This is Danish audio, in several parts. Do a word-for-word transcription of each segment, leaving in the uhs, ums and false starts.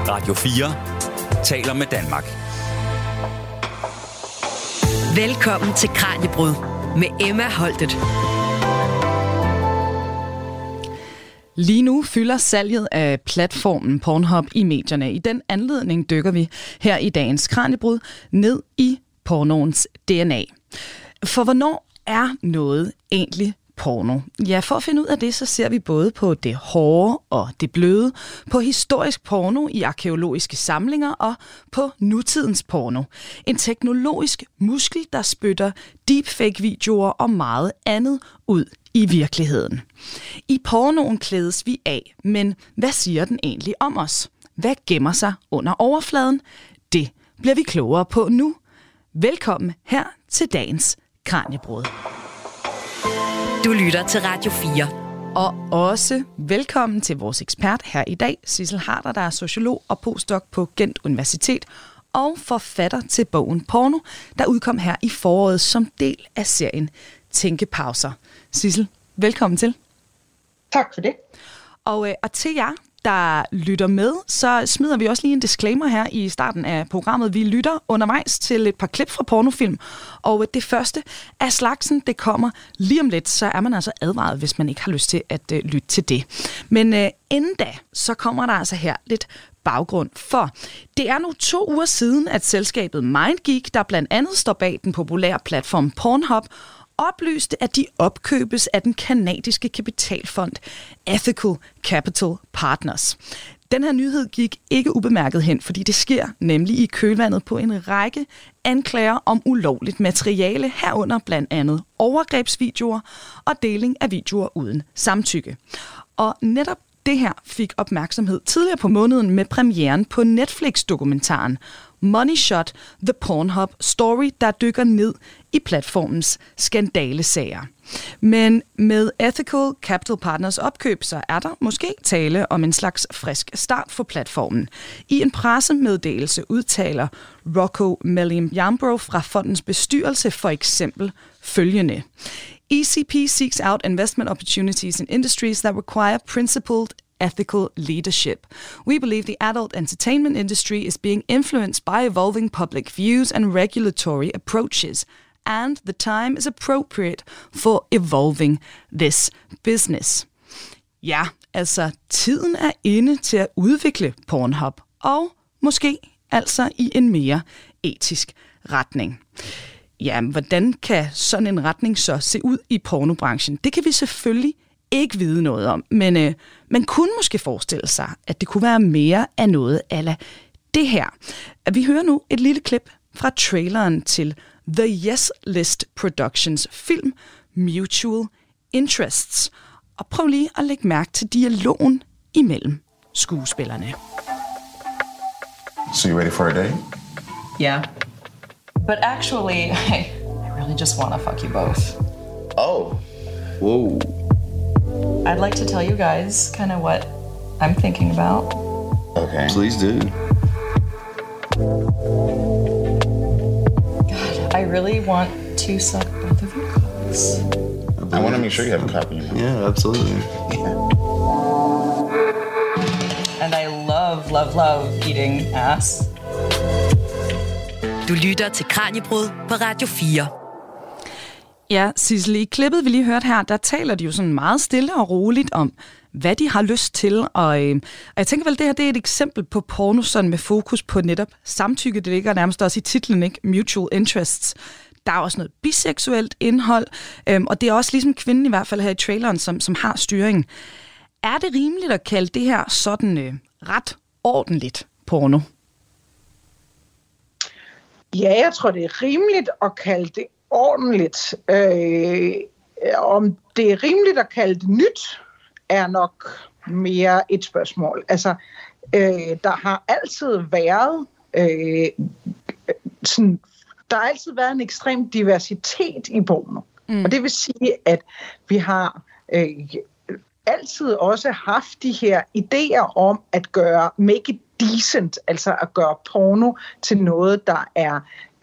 Radio fire taler med Danmark. Velkommen til Kraniebrud med Emma Holtet. Lige nu fylder salget af platformen Pornhub i medierne. I den anledning dykker vi her i dagens Kraniebrud ned i pornoens D N A. For hvornår er noget egentlig porno? Ja, for at finde ud af det, så ser vi både på det hårde og det bløde, på historisk porno i arkæologiske samlinger og på nutidens porno. En teknologisk muskel, der spytter deepfake-videoer og meget andet ud i virkeligheden. I pornoen klædes vi af, men hvad siger den egentlig om os? Hvad gemmer sig under overfladen? Det bliver vi klogere på nu. Velkommen her til dagens Kraniebrud. Du lytter til Radio fire. Og også velkommen til vores ekspert her i dag, Sissel Harder, der er sociolog og postdoc på Gent Universitet og forfatter til bogen Porno, der udkom her i foråret som del af serien Tænkepauser. Sissel, velkommen til. Tak for det. Og, og til jer, der lytter med, så smider vi også lige en disclaimer her i starten af programmet. Vi lytter undervejs til et par klip fra pornofilm, og det første af slagsen, det kommer lige om lidt, så er man altså advaret, hvis man ikke har lyst til at uh, lytte til det. Men uh, inden da, så kommer der altså her lidt baggrund, for det er nu to uger siden, at selskabet MindGeek, der blandt andet står bag den populære platform Pornhub, oplyste, at de opkøbes af den kanadiske kapitalfond Ethical Capital Partners. Den her nyhed gik ikke ubemærket hen, fordi det sker nemlig i kølvandet på en række anklager om ulovligt materiale, herunder blandt andet overgrebsvideoer og deling af videoer uden samtykke. Og netop det her fik opmærksomhed tidligere på måneden med premieren på Netflix-dokumentaren Money Shot, The Pornhub Story, der dykker ned i platformens skandalesager. Men med Ethical Capital Partners opkøb, så er der måske tale om en slags frisk start for platformen. I en pressemeddelelse udtaler Rocco Melliam-Yambro fra fondens bestyrelse for eksempel følgende: E C P seeks out investment opportunities in industries that require principled ethical leadership. We believe the adult entertainment industry is being influenced by evolving public views and regulatory approaches, and the time is appropriate for evolving this business. Ja, altså tiden er inde til at udvikle Pornhub, og måske altså i en mere etisk retning. Ja, hvordan kan sådan en retning så se ud i pornobranchen? Det kan vi selvfølgelig ikke vide noget om, men øh, man kunne måske forestille sig, at det kunne være mere af noget a det her. Vi hører nu et lille klip fra traileren til The Yes List Productions film Mutual Interests. Og prøv lige at lægge mærke til dialogen imellem skuespillerne. So you ready for a date? Yeah. But actually, I, I really just want to fuck you both. Oh. Whoa. I'd like to tell you guys kind of what I'm thinking about. Okay. Please do. God, I really want to suck both of your cocks. I want to make sure you have a copy. Yeah, absolutely. Yeah. And I love, love, love eating ass. Du lytter til Kraniebrud på Radio fire. Ja, Sissel, i klippet, vi lige hørte her, der taler de jo sådan meget stille og roligt om, hvad de har lyst til. Og, øh, og jeg tænker vel, det her det er et eksempel på porno sådan med fokus på netop samtykke. Det ligger nærmest også i titlen, ikke? Mutual Interests. Der er også noget biseksuelt indhold, øh, og det er også ligesom kvinden i hvert fald her i traileren, som, som har styringen. Er det rimeligt at kalde det her sådan øh, ret ordentligt porno? Ja, jeg tror, det er rimeligt at kalde det ordentligt. Øh, om det er rimeligt at kalde det nyt, er nok mere et spørgsmål. Altså, øh, der har altid været øh, sådan, der har altid været en ekstrem diversitet i porno. Mm. Og det vil sige, at vi har øh, altid også haft de her idéer om at gøre make it decent, altså at gøre porno til noget, der er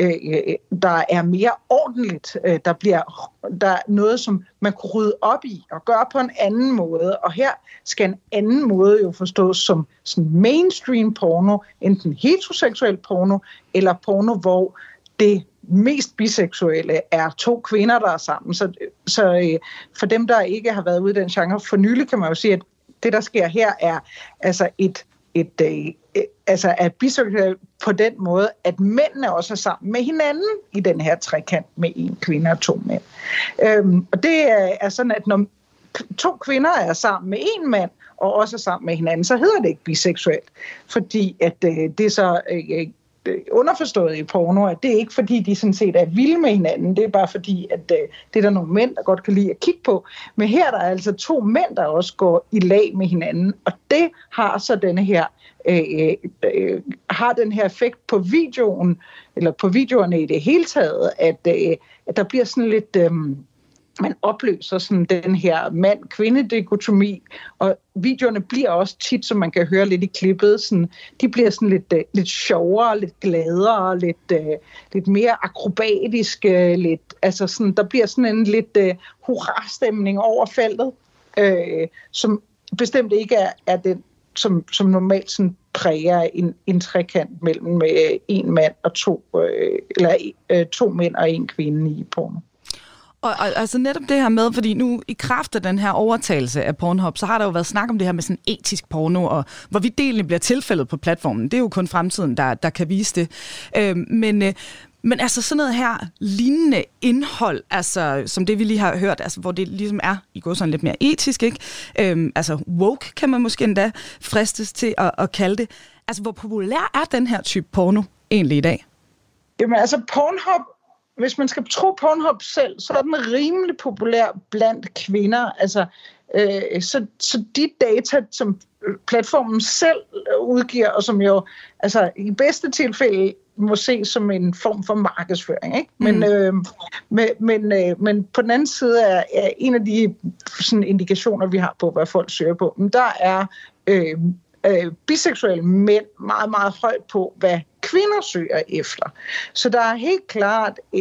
øh, der er mere ordentligt. Øh, der bliver der er noget, som man kunne rydde op i og gøre på en anden måde. Og her skal en anden måde jo forstås som sådan mainstream porno, enten heteroseksuel porno eller porno, hvor det mest biseksuelle er to kvinder, der er sammen. Så, så øh, for dem, der ikke har været ude i den genre for nylig, kan man jo sige, at det, der sker her, er altså et, et, et, et altså at biseksuelle på den måde, at mændene også er sammen med hinanden i den her trekant med en kvinde og to mænd. Øhm, og det er sådan, at når to kvinder er sammen med en mand, og også er sammen med hinanden, så hedder det ikke biseksuelt, fordi at øh, det er så øh, underforstået i porno, at det er ikke fordi, de sådan set er vilde med hinanden, det er bare fordi, at øh, det er der nogle mænd, der godt kan lide at kigge på. Men her der er altså to mænd, der også går i lag med hinanden, og det har så denne her øh, øh, har den her effekt på videoen, eller på videoerne i det hele taget, at, øh, at der bliver sådan lidt... Øh, man opløser sådan den her mand-kvinde-dikotomi, og videoerne bliver også tit, som man kan høre lidt i klippet, sådan, de bliver sådan lidt, uh, lidt sjovere, lidt gladere, lidt, uh, lidt mere akrobatiske, lidt, altså sådan, der bliver sådan en lidt uh, hurra-stemning over feltet, uh, som bestemt ikke er, er den, som, som normalt sådan præger en, en trekant mellem uh, en mand og to, uh, eller uh, to mænd og en kvinde i porno. Og, og altså netop det her med, fordi nu i kraft af den her overtagelse af Pornhub, så har der jo været snak om det her med sådan etisk porno, og hvorvidt det egentlig bliver tilfældet på platformen. Det er jo kun fremtiden, der, der kan vise det. Øh, men, øh, men altså sådan noget her lignende indhold, altså som det vi lige har hørt, altså hvor det ligesom er, I går sådan lidt mere etisk, ikke? Øh, altså woke kan man måske endda fristes til at, at kalde det. Altså hvor populær er den her type porno egentlig i dag? Jamen altså Pornhub, hvis man skal tro Pornhub selv, så er den rimelig populær blandt kvinder. Altså, øh, så, så de data, som platformen selv udgiver, og som jo altså, i bedste tilfælde må ses som en form for markedsføring. Ikke? Men, mm. øh, men, men, øh, men på den anden side er, er en af de sådan, indikationer, vi har på, hvad folk søger på, men der er øh, øh, biseksuelle mænd meget, meget højt på, hvad kvinder søger efter. Så der er helt klart øh,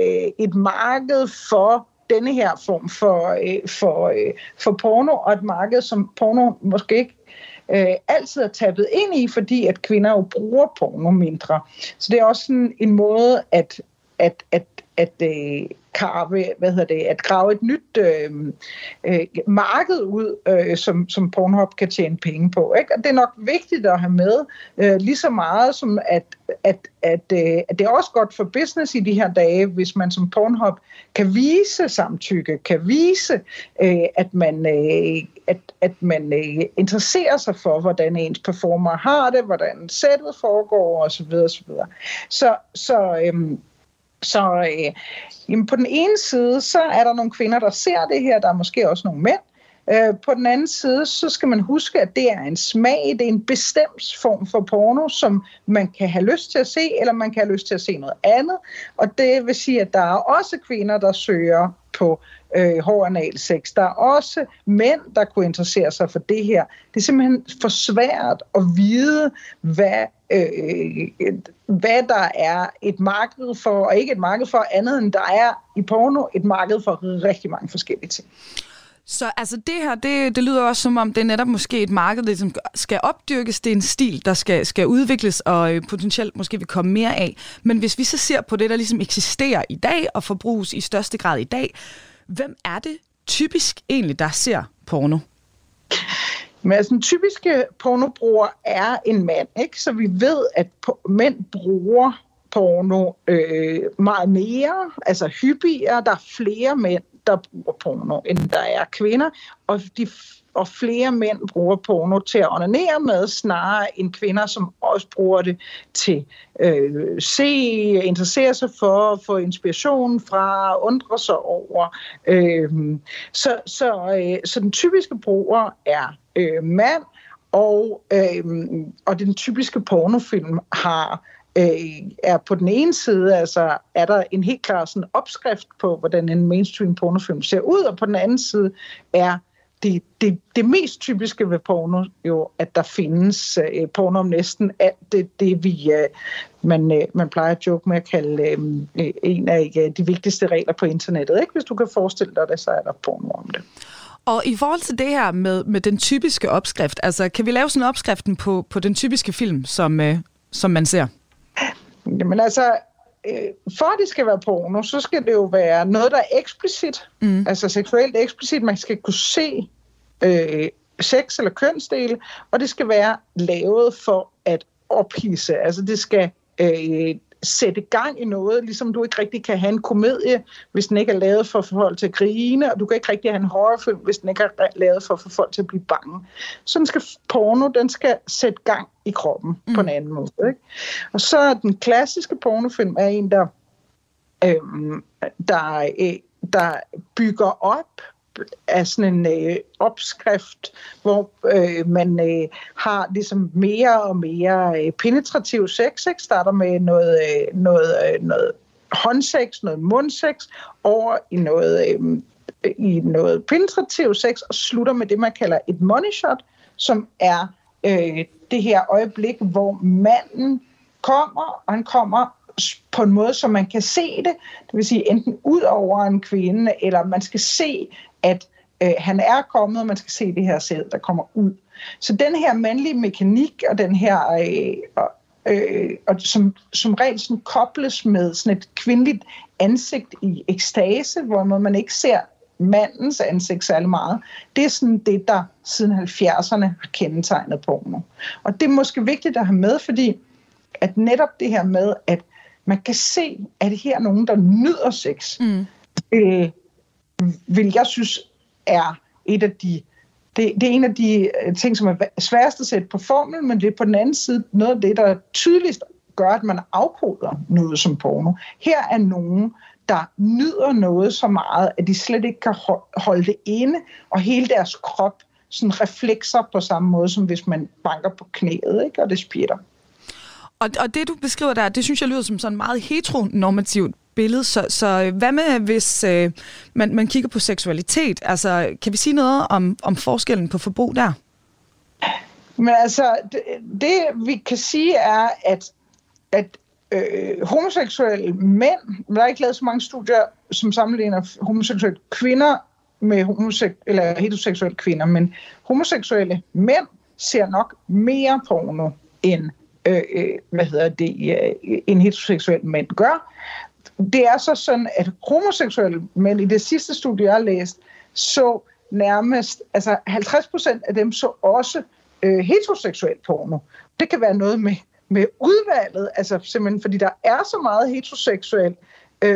et marked for denne her form for, øh, for, øh, for porno, og et marked, som porno måske ikke øh, altid er tappet ind i, fordi at kvinder jo bruger porno mindre. Så det er også sådan en måde at, at, at, at øh, karve, hvad hedder det, at grave et nyt øh, øh, marked ud, øh, som, som Pornhub kan tjene penge på. Ikke? Og det er nok vigtigt at have med, øh, lige så meget som, at, at, at, øh, at det er også godt for business i de her dage, hvis man som Pornhub kan vise samtykke, kan vise, øh, at man, øh, at, at man øh, interesserer sig for, hvordan ens performer har det, hvordan sættet foregår, osv. osv. Så, så øh, Så øh, jamen på den ene side, så er der nogle kvinder, der ser det her. Der er måske også nogle mænd. Øh, på den anden side, så skal man huske, at det er en smag. Det er en bestemt form for porno, som man kan have lyst til at se, eller man kan have lyst til at se noget andet. Og det vil sige, at der er også kvinder, der søger på øh, hård analsex. Der er også mænd, der kunne interessere sig for det her. Det er simpelthen for svært at vide, hvad, øh, hvad der er et marked for, og ikke et marked for andet, end der er i porno et marked for rigtig mange forskellige ting. Så altså det her, det, det lyder også som om, det er netop måske et marked, der som skal opdyrkes. Det er en stil, der skal, skal udvikles og øh, potentielt måske vil komme mere af. Men hvis vi så ser på det, der ligesom eksisterer i dag og forbruges i største grad i dag, hvem er det typisk egentlig, der ser porno? Men altså, den typiske pornobruger er en mand, ikke? Så vi ved, at mænd bruger porno øh, meget mere, altså hyppigere. Der er flere mænd, der bruger porno, end der er kvinder, og, de, og flere mænd bruger porno til at onanere med, snarere end kvinder, som også bruger det til øh, se, interessere sig for, få inspiration fra, undre sig over. Øh, så, så, øh, så den typiske bruger er øh, mand, og, øh, og den typiske pornofilm har er på den ene side, altså er der en helt klar sådan opskrift på, hvordan en mainstream pornofilm ser ud, og på den anden side er det, det, det mest typiske ved porno jo, at der findes uh, porno om næsten alt det, det vi, uh, man, øh, man plejer at joke med at kalde øh, en af øh, de vigtigste regler på internettet. Ikke? Hvis du kan forestille dig det, så er der porno om det. Og i forhold til det her med, med den typiske opskrift, altså kan vi lave sådan opskriften på, på den typiske film, som, øh, som man ser? Jamen altså, øh, for at det skal være porno, så skal det jo være noget, der er eksplicit, mm. altså seksuelt eksplicit. Man skal kunne se øh, sex eller kønsdele, og det skal være lavet for at ophidse. Altså det skal øh, sætte gang i noget, ligesom du ikke rigtig kan have en komedie, hvis den ikke er lavet for at få folk til at grine, og du kan ikke rigtig have en horrorfilm, hvis den ikke er lavet for at få folk til at blive bange. Sådan skal porno, den skal sætte gang i kroppen mm. på en anden måde. Ikke? Og så den klassiske pornofilm er en, der, øh, der, øh, der bygger op af sådan en øh, opskrift, hvor øh, man øh, har ligesom mere og mere øh, penetrativ sex, ikke? Starter med noget, øh, noget, øh, noget håndsex, noget mundsex, over i noget, øh, i noget penetrativ sex, og slutter med det, man kalder et money shot, som er øh, det her øjeblik, hvor manden kommer, og han kommer på en måde, så man kan se det, det vil sige enten ud over en kvinde, eller man skal se, at øh, han er kommet, og man skal se det her sæd, der kommer ud. Så den her mandlige mekanik, og den her, øh, øh, og som, som regel sådan kobles med sådan et kvindeligt ansigt i ekstase, hvor man ikke ser mandens ansigt særlig meget, det er sådan det, der siden halvfjerdserne har kendetegnet porno. Og det er måske vigtigt at have med, fordi at netop det her med, at man kan se, at det her er nogen, der nyder sex, mm. øh, vil jeg synes er et af de, det, det er en af de ting, som er sværest at sætte på formel, men det er på den anden side noget af det, der tydeligst gør, at man afkoder noget som porno. Her er nogen, der nyder noget så meget, at de slet ikke kan holde det inde, og hele deres krop sådan reflekser på samme måde, som hvis man banker på knæet, ikke? Og det spjætter. Og, og det, du beskriver der, det synes jeg lyder som sådan meget heteronormativt billede. Så, så hvad med, hvis øh, man, man kigger på seksualitet? Altså, kan vi sige noget om, om forskellen på forbrug der? Men altså, det, det vi kan sige er, at, at øh, homoseksuelle mænd, der er ikke lavet så mange studier, som sammenligner homoseksuelle kvinder med homosek- eller heteroseksuelle kvinder, men homoseksuelle mænd ser nok mere porno end øh, hvad hedder det, øh, en heteroseksuel mænd gør. Det er så sådan, at homoseksuelle mænd i det sidste studie, jeg har læst, så nærmest, altså halvtreds procent af dem så også øh, heteroseksuel porno. Det kan være noget med, med udvalget, altså simpelthen fordi der er så meget heteroseksuel øh,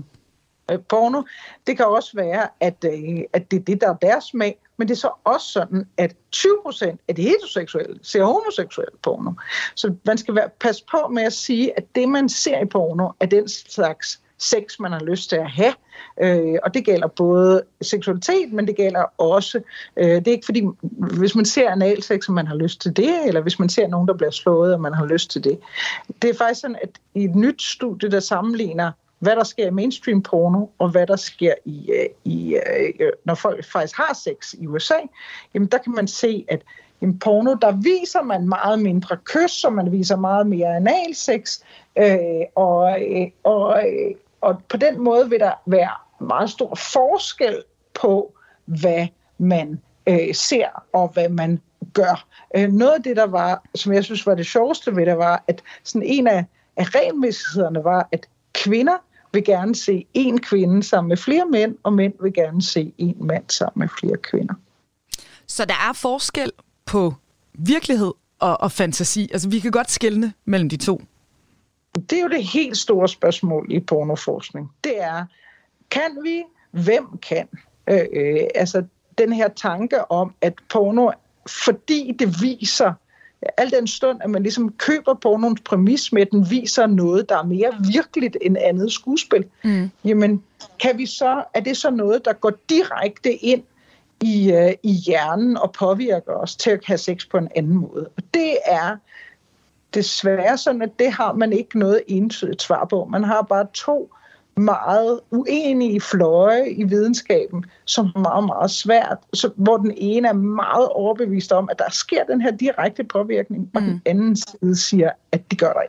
porno. Det kan også være, at, øh, at det er det, der er deres smag, men det er så også sådan, at tyve procent af de heteroseksuelle ser homoseksuel porno. Så man skal være, passe på med at sige, at det, man ser i porno, er den slags sex, man har lyst til at have. Øh, og det gælder både seksualitet, men det gælder også, øh, det er ikke fordi, hvis man ser analsex, og man har lyst til det, eller hvis man ser nogen, der bliver slået, og man har lyst til det. Det er faktisk sådan, at i et nyt studie, der sammenligner, hvad der sker i mainstream porno, og hvad der sker i, i når folk faktisk har sex i U S A, jamen der kan man se, at i porno, der viser man meget mindre kys, og man viser meget mere analsex, øh, og, og, og på den måde vil der være meget stor forskel på, hvad man øh, ser, og hvad man gør. Øh, noget af det, der var, som jeg synes var det sjoveste ved det, var, at sådan en af, af regelmæssighederne var, at kvinder vil gerne se en kvinde sammen med flere mænd, og mænd vil gerne se en mand sammen med flere kvinder. Så der er forskel på virkelighed og, og fantasi? Altså, vi kan godt skelne mellem de to. Det er jo det helt store spørgsmål i pornoforskning. Det er, kan vi? Hvem kan? Øh, øh, altså, den her tanke om, at porno, fordi det viser, al den stund, at man ligesom køber pornoens præmis med, at den viser noget, der er mere virkeligt end andet skuespil, mm. jamen, kan vi så, er det så noget, der går direkte ind i, uh, i hjernen og påvirker os til at have sex på en anden måde? Og det er desværre sådan, at det har man ikke noget entydigt svar på. Man har bare to meget uenige fløje i videnskaben, som er meget, meget svært, så, hvor den ene er meget overbevist om, at der sker den her direkte påvirkning, og mm. den anden side siger, at det gør der ikke.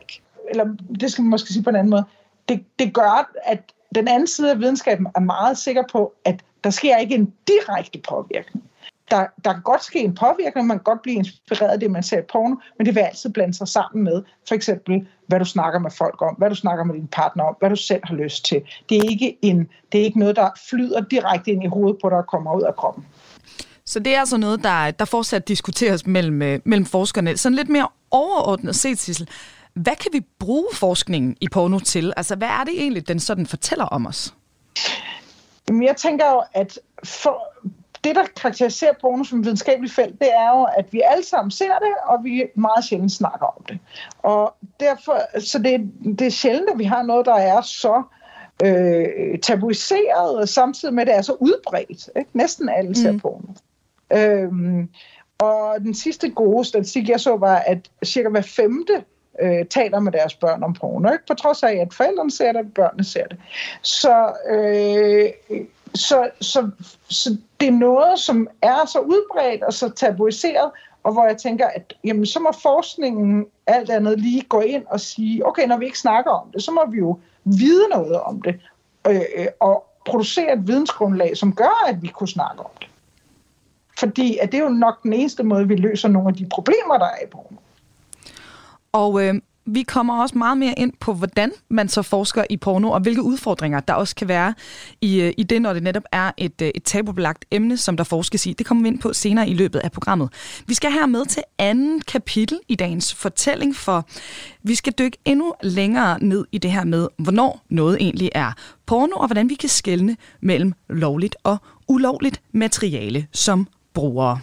eller det skal man måske sige på en anden måde, det, det gør, at den anden side af videnskaben er meget sikker på, at der sker ikke en direkte påvirkning. Der, der kan godt ske en påvirkning, man kan godt blive inspireret af det, man ser i porno, men det vil altid blande sig sammen med, for eksempel, hvad du snakker med folk om, hvad du snakker med din partner om, hvad du selv har lyst til. Det er ikke, en, det er ikke noget, der flyder direkte ind i hovedet på dig og kommer ud af kroppen. Så det er altså noget, der, der fortsat diskuteres mellem, mellem forskerne. Sådan lidt mere overordnet set, Sissel. Hvad kan vi bruge forskningen i porno til? Altså, hvad er det egentlig, den sådan fortæller om os? Jeg tænker jo, at for det, der karakteriserer porno som videnskabeligt felt, det er jo, at vi alle sammen ser det, og vi meget sjældent snakker om det. Og derfor, så det, det er sjældent, at vi har noget, der er så øh, tabuiseret, og samtidig med, at det er så udbredt. Ikke? Næsten alle ser mm. porno. Øhm, og den sidste gode statistik, jeg så, var, at cirka hver femte øh, taler med deres børn om porno. Ikke? På trods af, at forældrene ser det, og børnene ser det. Så... Øh, Så, så, så det er noget, som er så udbredt og så tabuiseret, og hvor jeg tænker, at jamen, så må forskningen alt andet lige gå ind og sige, okay, når vi ikke snakker om det, så må vi jo vide noget om det, øh, og producere et vidensgrundlag, som gør, at vi kunne snakke om det. Fordi at det er jo nok den eneste måde, vi løser nogle af de problemer, der er i porno. Og øh, vi kommer også meget mere ind på, hvordan man så forsker i porno, og hvilke udfordringer der også kan være i, i det, når det netop er et, et tabubelagt emne, som der forskes i. Det kommer vi ind på senere i løbet af programmet. Vi skal her med til anden kapitel i dagens fortælling, for vi skal dykke endnu længere ned i det her med, hvornår noget egentlig er porno, og hvordan vi kan skelne mellem lovligt og ulovligt materiale som brugere.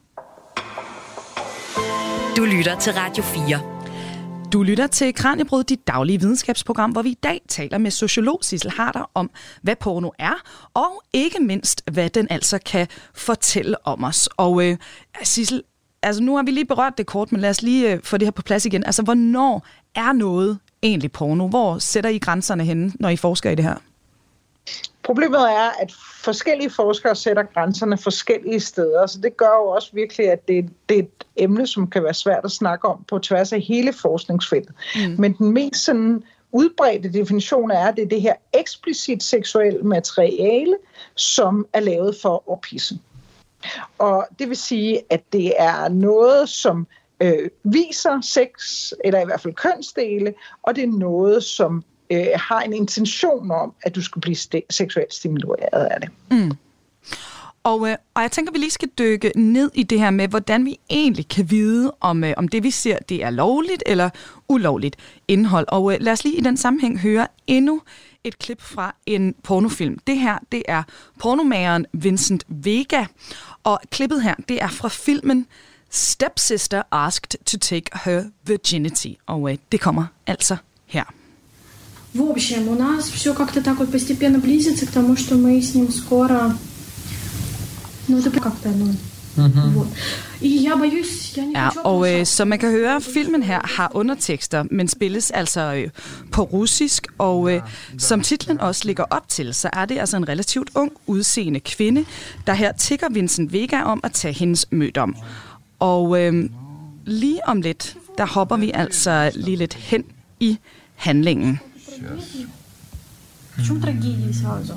Du lytter til Radio fire. Du lytter til Kraniebrud, dit daglige videnskabsprogram, hvor vi i dag taler med sociolog Sissel Harder om, hvad porno er, og ikke mindst, hvad den altså kan fortælle om os. Og øh, Sissel, altså nu har vi lige berørt det kort, men lad os lige øh, få det her på plads igen. Altså, hvornår er noget egentlig porno? Hvor sætter I grænserne henne, når I forsker i det her? Problemet er, at forskellige forskere sætter grænserne forskellige steder, så det gør jo også virkelig, at det, det er et emne, som kan være svært at snakke om på tværs af hele forskningsfeltet. Mm. Men den mest sådan udbredte definition er, at det er det her eksplicit seksuelle materiale, som er lavet for at ophidse. Og det vil sige, at det er noget, som øh, viser sex, eller i hvert fald kønsdele, og det er noget, som øh, har en intention om, at du skal blive st- seksuelt stimuleret af det. Mm. Og, øh, og jeg tænker, at vi lige skal dykke ned i det her med, hvordan vi egentlig kan vide, om, øh, om det vi ser, det er lovligt eller ulovligt indhold. Og øh, lad os lige i den sammenhæng høre endnu et klip fra en pornofilm. Det her, det er pornomageren Vincent Vega, og klippet her, det er fra filmen Stepsister Asked to Take Her Virginity, og øh, det kommer altså her. В общем, у нас все как-то так вот постепенно близится к тому, что мы с ним скоро... Ну, это как-то, ну... Вот. И я боюсь, я не Ja, хочу... og øh, som man kan høre, filmen her har undertekster, men spilles altså øh, på russisk, og øh, som titlen også ligger op til, så er det altså en relativt ung, udseende kvinde, der her tigger Vincent Vega om at tage hendes mødom. Og øh, lige om lidt, der hopper vi altså lige lidt hen i handlingen. В чем трагедия сразу?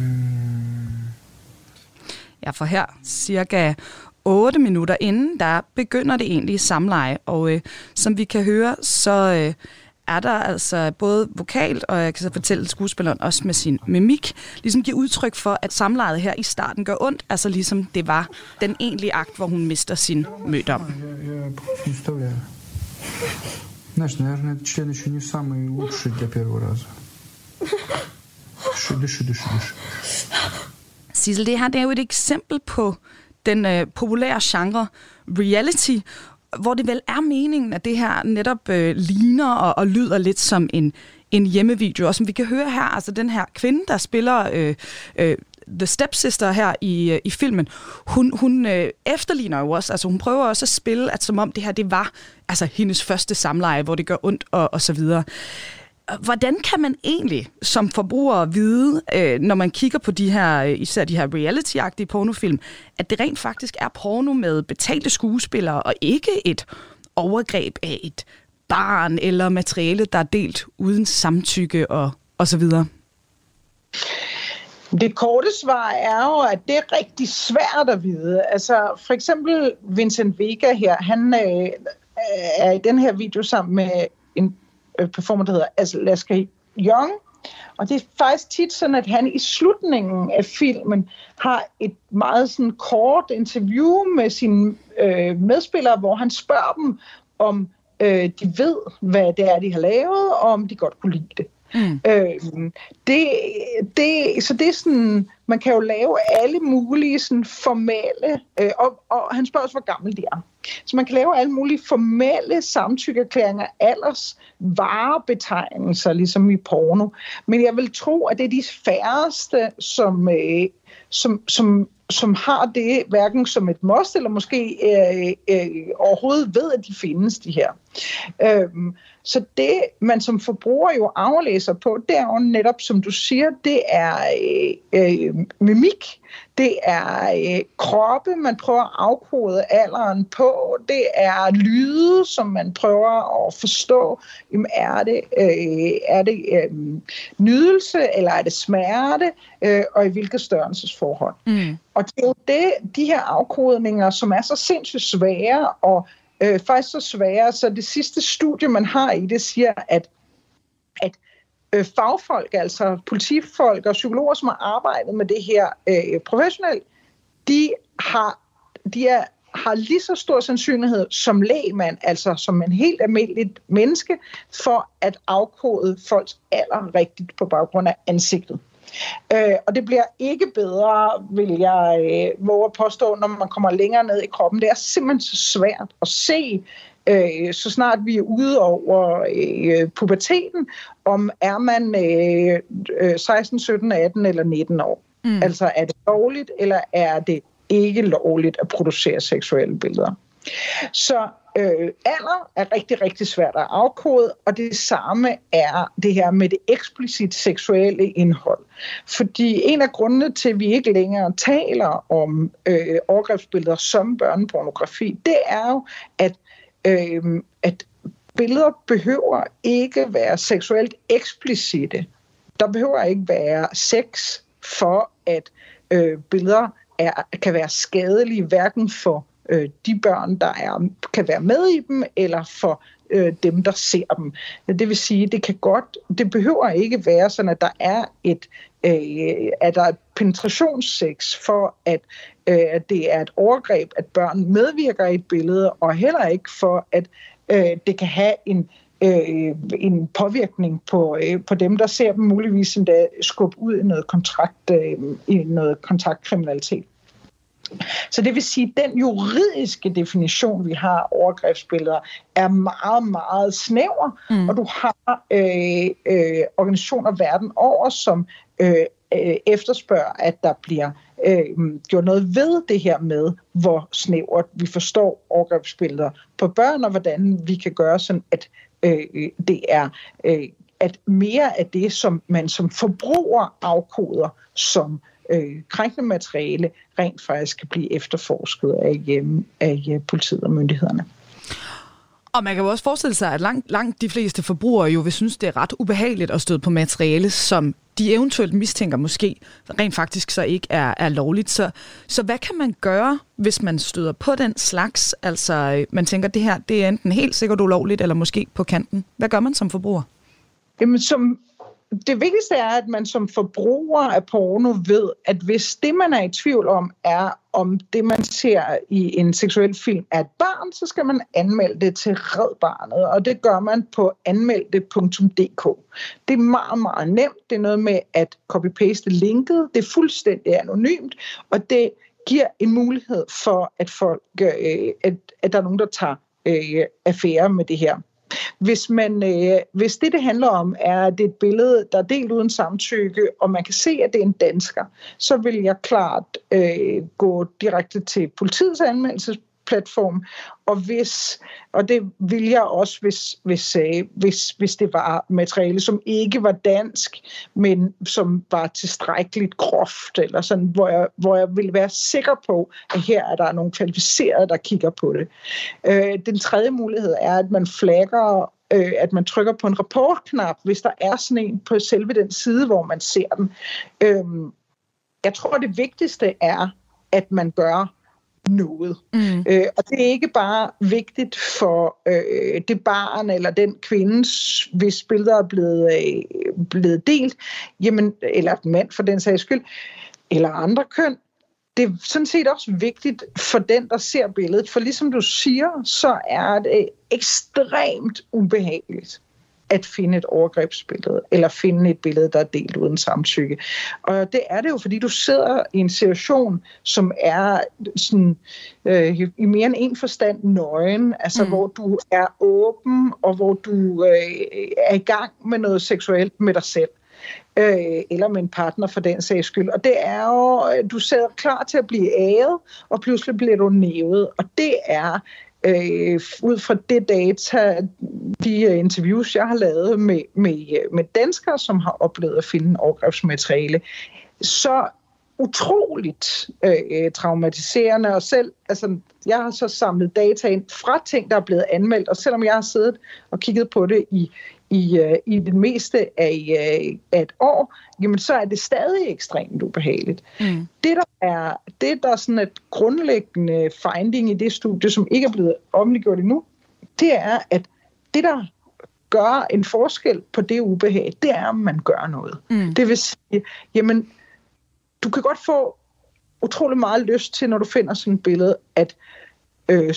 Ja, for her cirka otte minutter inden, der begynder det egentlige samleje, og øh, som vi kan høre, så øh, er der altså både vokalt, og jeg kan så fortælle skuespilleren også med sin mimik, ligesom giver udtryk for, at samlejet her i starten gør ondt, altså ligesom det var den egentlige akt, hvor hun mister sin mødom. Знаешь, наверное, этот член еще не самый лучший для первого раза. Дыши, дыши, дыши, дыши. Sissel, det her det er jo et eksempel på den øh, populære genre reality, hvor det vel er meningen, at det her netop øh, ligner og, og lyder lidt som en, en hjemmevideo. Og som vi kan høre her, altså den her kvinde, der spiller øh, øh, The Stepsister her i, øh, i filmen, hun, hun øh, efterligner jo også, altså hun prøver også at spille, at som om det her det var altså hendes første samleje, hvor det gør ondt og, og så videre. Hvordan kan man egentlig som forbruger vide, øh, når man kigger på de her, især de her reality-agtige pornofilm, at det rent faktisk er porno med betalte skuespillere, og ikke et overgreb af et barn, eller materiale, der er delt uden samtykke og, og så videre? Det korte svar er jo, at det er rigtig svært at vide. Altså for eksempel Vincent Vega her, han øh, er i den her video sammen med en øh, performer, der hedder Alaska Young. Og det er faktisk tit sådan, at han i slutningen af filmen har et meget sådan kort interview med sine øh, medspillere, hvor han spørger dem, om øh, de ved, hvad det er, de har lavet, og om de godt kunne lide det. Mm. Øh, det, det. Så det er sådan, man kan jo lave alle mulige sådan formelle, øh, og, og han spørger også, hvor gammel de er. Så man kan lave alle mulige formelle samtykkeerklæringer, alders varebetegnelser, ligesom i porno. Men jeg vil tro, at det er de færreste, som, øh, som, som, som har det hverken som et must, eller måske øh, øh, overhovedet ved, at de findes, de her. Øh, så det, man som forbruger jo aflæser på, det er jo netop, som du siger, det er øh, øh, mimik, det er øh, kroppe, man prøver at afkode alderen på, det er lyde, som man prøver at forstå, jamen, er det, øh, er det øh, nydelse, eller er det smerte, øh, og i hvilket størrelsesforhold. Mm. Og det er jo det, de her afkodninger, som er så sindssygt svære, og øh, faktisk så svære, så det sidste studie, man har i det, siger, at, at øh, fagfolk, altså politifolk og psykologer, som har arbejdet med det her øh, professionelt, de har, de er, har lige så stor sandsynlighed som lægmand, altså som en helt almindeligt menneske, for at afkode folks alder rigtigt på baggrund af ansigtet. Øh, og det bliver ikke bedre, vil jeg øh, våge at påstå, når man kommer længere ned i kroppen. Det er simpelthen så svært at se, øh, så snart vi er ude over øh, puberteten, om er man øh, seksten, sytten, atten eller nitten år. Mm. Altså er det lovligt, eller er det ikke lovligt at producere seksuelle billeder? Så øh, alder er rigtig, rigtig svært at afkode, og det samme er det her med det eksplicit seksuelle indhold. Fordi en af grundene til, at vi ikke længere taler om øh, overgrebsbilleder som børnepornografi, det er jo, at, øh, at billeder behøver ikke være seksuelt eksplicite. Der behøver ikke være sex for, at øh, billeder er, kan være skadelige, hverken for øh, de børn, der er, kan være med i dem, eller for øh, dem, der ser dem. Det vil sige, det kan godt, det behøver ikke være sådan, at der er et, øh, at der er et penetrationssex for, at øh, det er et overgreb, at børn medvirker i et billede, og heller ikke for, at øh, det kan have en Øh, en påvirkning på, øh, på dem, der ser dem muligvis endda skubbe ud i noget kontrakt, øh, i noget kontaktkriminalitet. Så det vil sige, at den juridiske definition, vi har af overgrebsbilleder, er meget, meget snæver, mm. og du har øh, øh, organisationer verden over, som øh, øh, efterspørger, at der bliver øh, gjort noget ved det her med, hvor snævert vi forstår overgrebsbilleder på børn, og hvordan vi kan gøre sådan, at øh, det er øh, at mere af det, som man som forbruger afkoder som øh, krænkende materiale, rent faktisk kan blive efterforsket af, øh, af øh, politiet og myndighederne. Og man kan jo også forestille sig, at langt, langt de fleste forbrugere jo vil synes, det er ret ubehageligt at støde på materiale, som de eventuelt mistænker måske rent faktisk så ikke er, er lovligt. Så, så hvad kan man gøre, hvis man støder på den slags? Altså, man tænker, det her det er enten helt sikkert ulovligt, eller måske på kanten. Hvad gør man som forbruger? Jamen, som det vigtigste er, at man som forbruger af porno ved, at hvis det, man er i tvivl om, er, om det, man ser i en seksuel film er et barn, så skal man anmelde det til Red Barnet, og det gør man på anmelde punktum d k. Det er meget, meget nemt. Det er noget med at copy-paste linket. Det er fuldstændig anonymt, og det giver en mulighed for, at, folk, øh, at, at der er nogen, der tager øh, affære med det her. Hvis, man, øh, hvis det, det handler om, er, at det er et billede, der er delt uden samtykke, og man kan se, at det er en dansker, så vil jeg klart øh, gå direkte til politiets anmeldelsesplatform, og, hvis, og det vil jeg også, hvis, hvis, øh, hvis, hvis det var materiale, som ikke var dansk, men som var tilstrækkeligt groft, eller sådan, hvor jeg, hvor jeg vil være sikker på, at her er der nogle kvalificerede, der kigger på det. Øh, den tredje mulighed er, at man flagger øh, at man trykker på en reportknap, hvis der er sådan en på selve den side, hvor man ser den. Øh, jeg tror, det vigtigste er, at man gør noget. Mm. Øh, og det er ikke bare vigtigt for øh, det barn eller den kvinde, hvis billeder er blevet, øh, blevet delt, jamen, eller et mand for den sags skyld, eller andre køn. Det er sådan set også vigtigt for den, der ser billedet, for ligesom du siger, så er det ekstremt ubehageligt at finde et overgrebsbillede, eller finde et billede, der er delt uden samtykke. Og det er det jo, fordi du sidder i en situation, som er sådan, øh, i mere end en forstand nøgen, altså mm. hvor du er åben, og hvor du øh, er i gang med noget seksuelt med dig selv. Øh, eller med en partner for den sags skyld. Og det er jo, du sidder klar til at blive æget, og pludselig bliver du nævet. Og det er Øh, ud fra det data, de uh, interviews, jeg har lavet med, med, med danskere, som har oplevet at finde overgrebsmateriale, så utroligt øh, traumatiserende. Og selv, altså, jeg har så samlet data ind fra ting, der er blevet anmeldt, og selvom jeg har siddet og kigget på det i I, uh, i det meste af, uh, af et år, jamen så er det stadig ekstremt ubehageligt. Mm. Det, der er, det, der er sådan et grundlæggende finding i det studie, som ikke er blevet offentliggjort endnu, det er, at det, der gør en forskel på det ubehag, det er, om man gør noget. Mm. Det vil sige, jamen, du kan godt få utrolig meget lyst til, når du finder sådan et billede, at øh,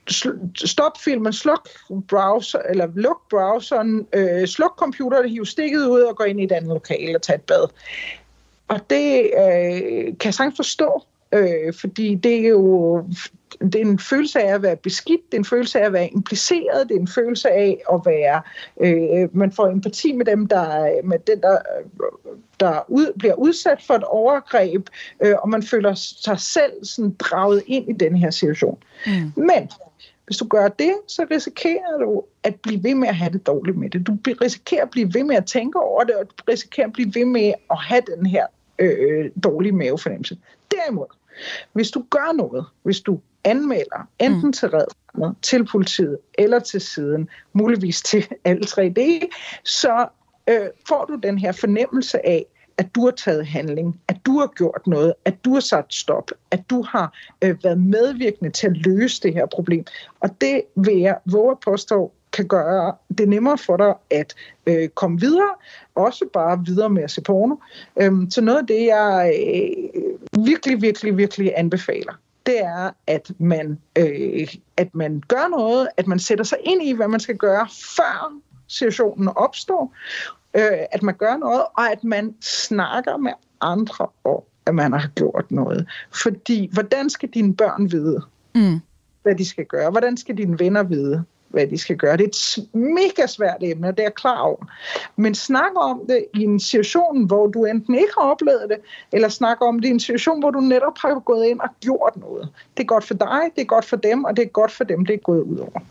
stop filmen, sluk browser, eller luk browseren, øh, sluk computeren, hive stikket ud og gå ind i et andet lokale og tage et bad. Og det øh, kan jeg sagtens forstå, øh, fordi det er jo det er en følelse af at være beskidt, det er en følelse af at være impliceret, det er en følelse af at være, øh, man får empati med dem, der, med den, der, der ud, bliver udsat for et overgreb, øh, og man føler sig selv sådan draget ind i den her situation. Mm. Men hvis du gør det, så risikerer du at blive ved med at have det dårligt med det. Du risikerer at blive ved med at tænke over det, og du risikerer at blive ved med at have den her øh, dårlige mavefornemmelse. Derimod, hvis du gør noget, hvis du anmelder, enten mm. til Red, til politiet eller til siden, muligvis til alle tre dele, så øh, får du den her fornemmelse af, at du har taget handling, at du har gjort noget, at du har sat stop, at du har øh, været medvirkende til at løse det her problem. Og det vil jeg våge at påstå, kan gøre det nemmere for dig at øh, komme videre, også bare videre med at se porno. Øhm, så noget af det, jeg øh, virkelig, virkelig, virkelig anbefaler, det er, at man, øh, at man gør noget, at man sætter sig ind i, hvad man skal gøre, før situationen opstår, øh, at man gør noget, og at man snakker med andre om, at man har gjort noget. Fordi, hvordan skal dine børn vide, mm. hvad de skal gøre? Hvordan skal dine venner vide, hvad de skal gøre? Det er et mega svært emne, og det er jeg klar over. Men snak om det i en situation, hvor du enten ikke har oplevet det, eller snak om det i en situation, hvor du netop har gået ind og gjort noget. Det er godt for dig, det er godt for dem, og det er godt for dem, det er gået ud over.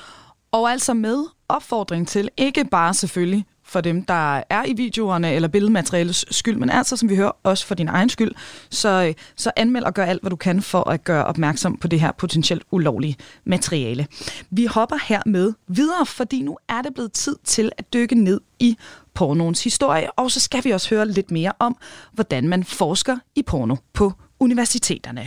Og altså med opfordring til, ikke bare selvfølgelig for dem, der er i videoerne eller billedmaterialets skyld, men altså, som vi hører, også for din egen skyld, så, så anmeld og gør alt, hvad du kan for at gøre opmærksom på det her potentielt ulovlige materiale. Vi hopper her med videre, fordi nu er det blevet tid til at dykke ned i pornoens historie, og så skal vi også høre lidt mere om, hvordan man forsker i porno på universiteterne.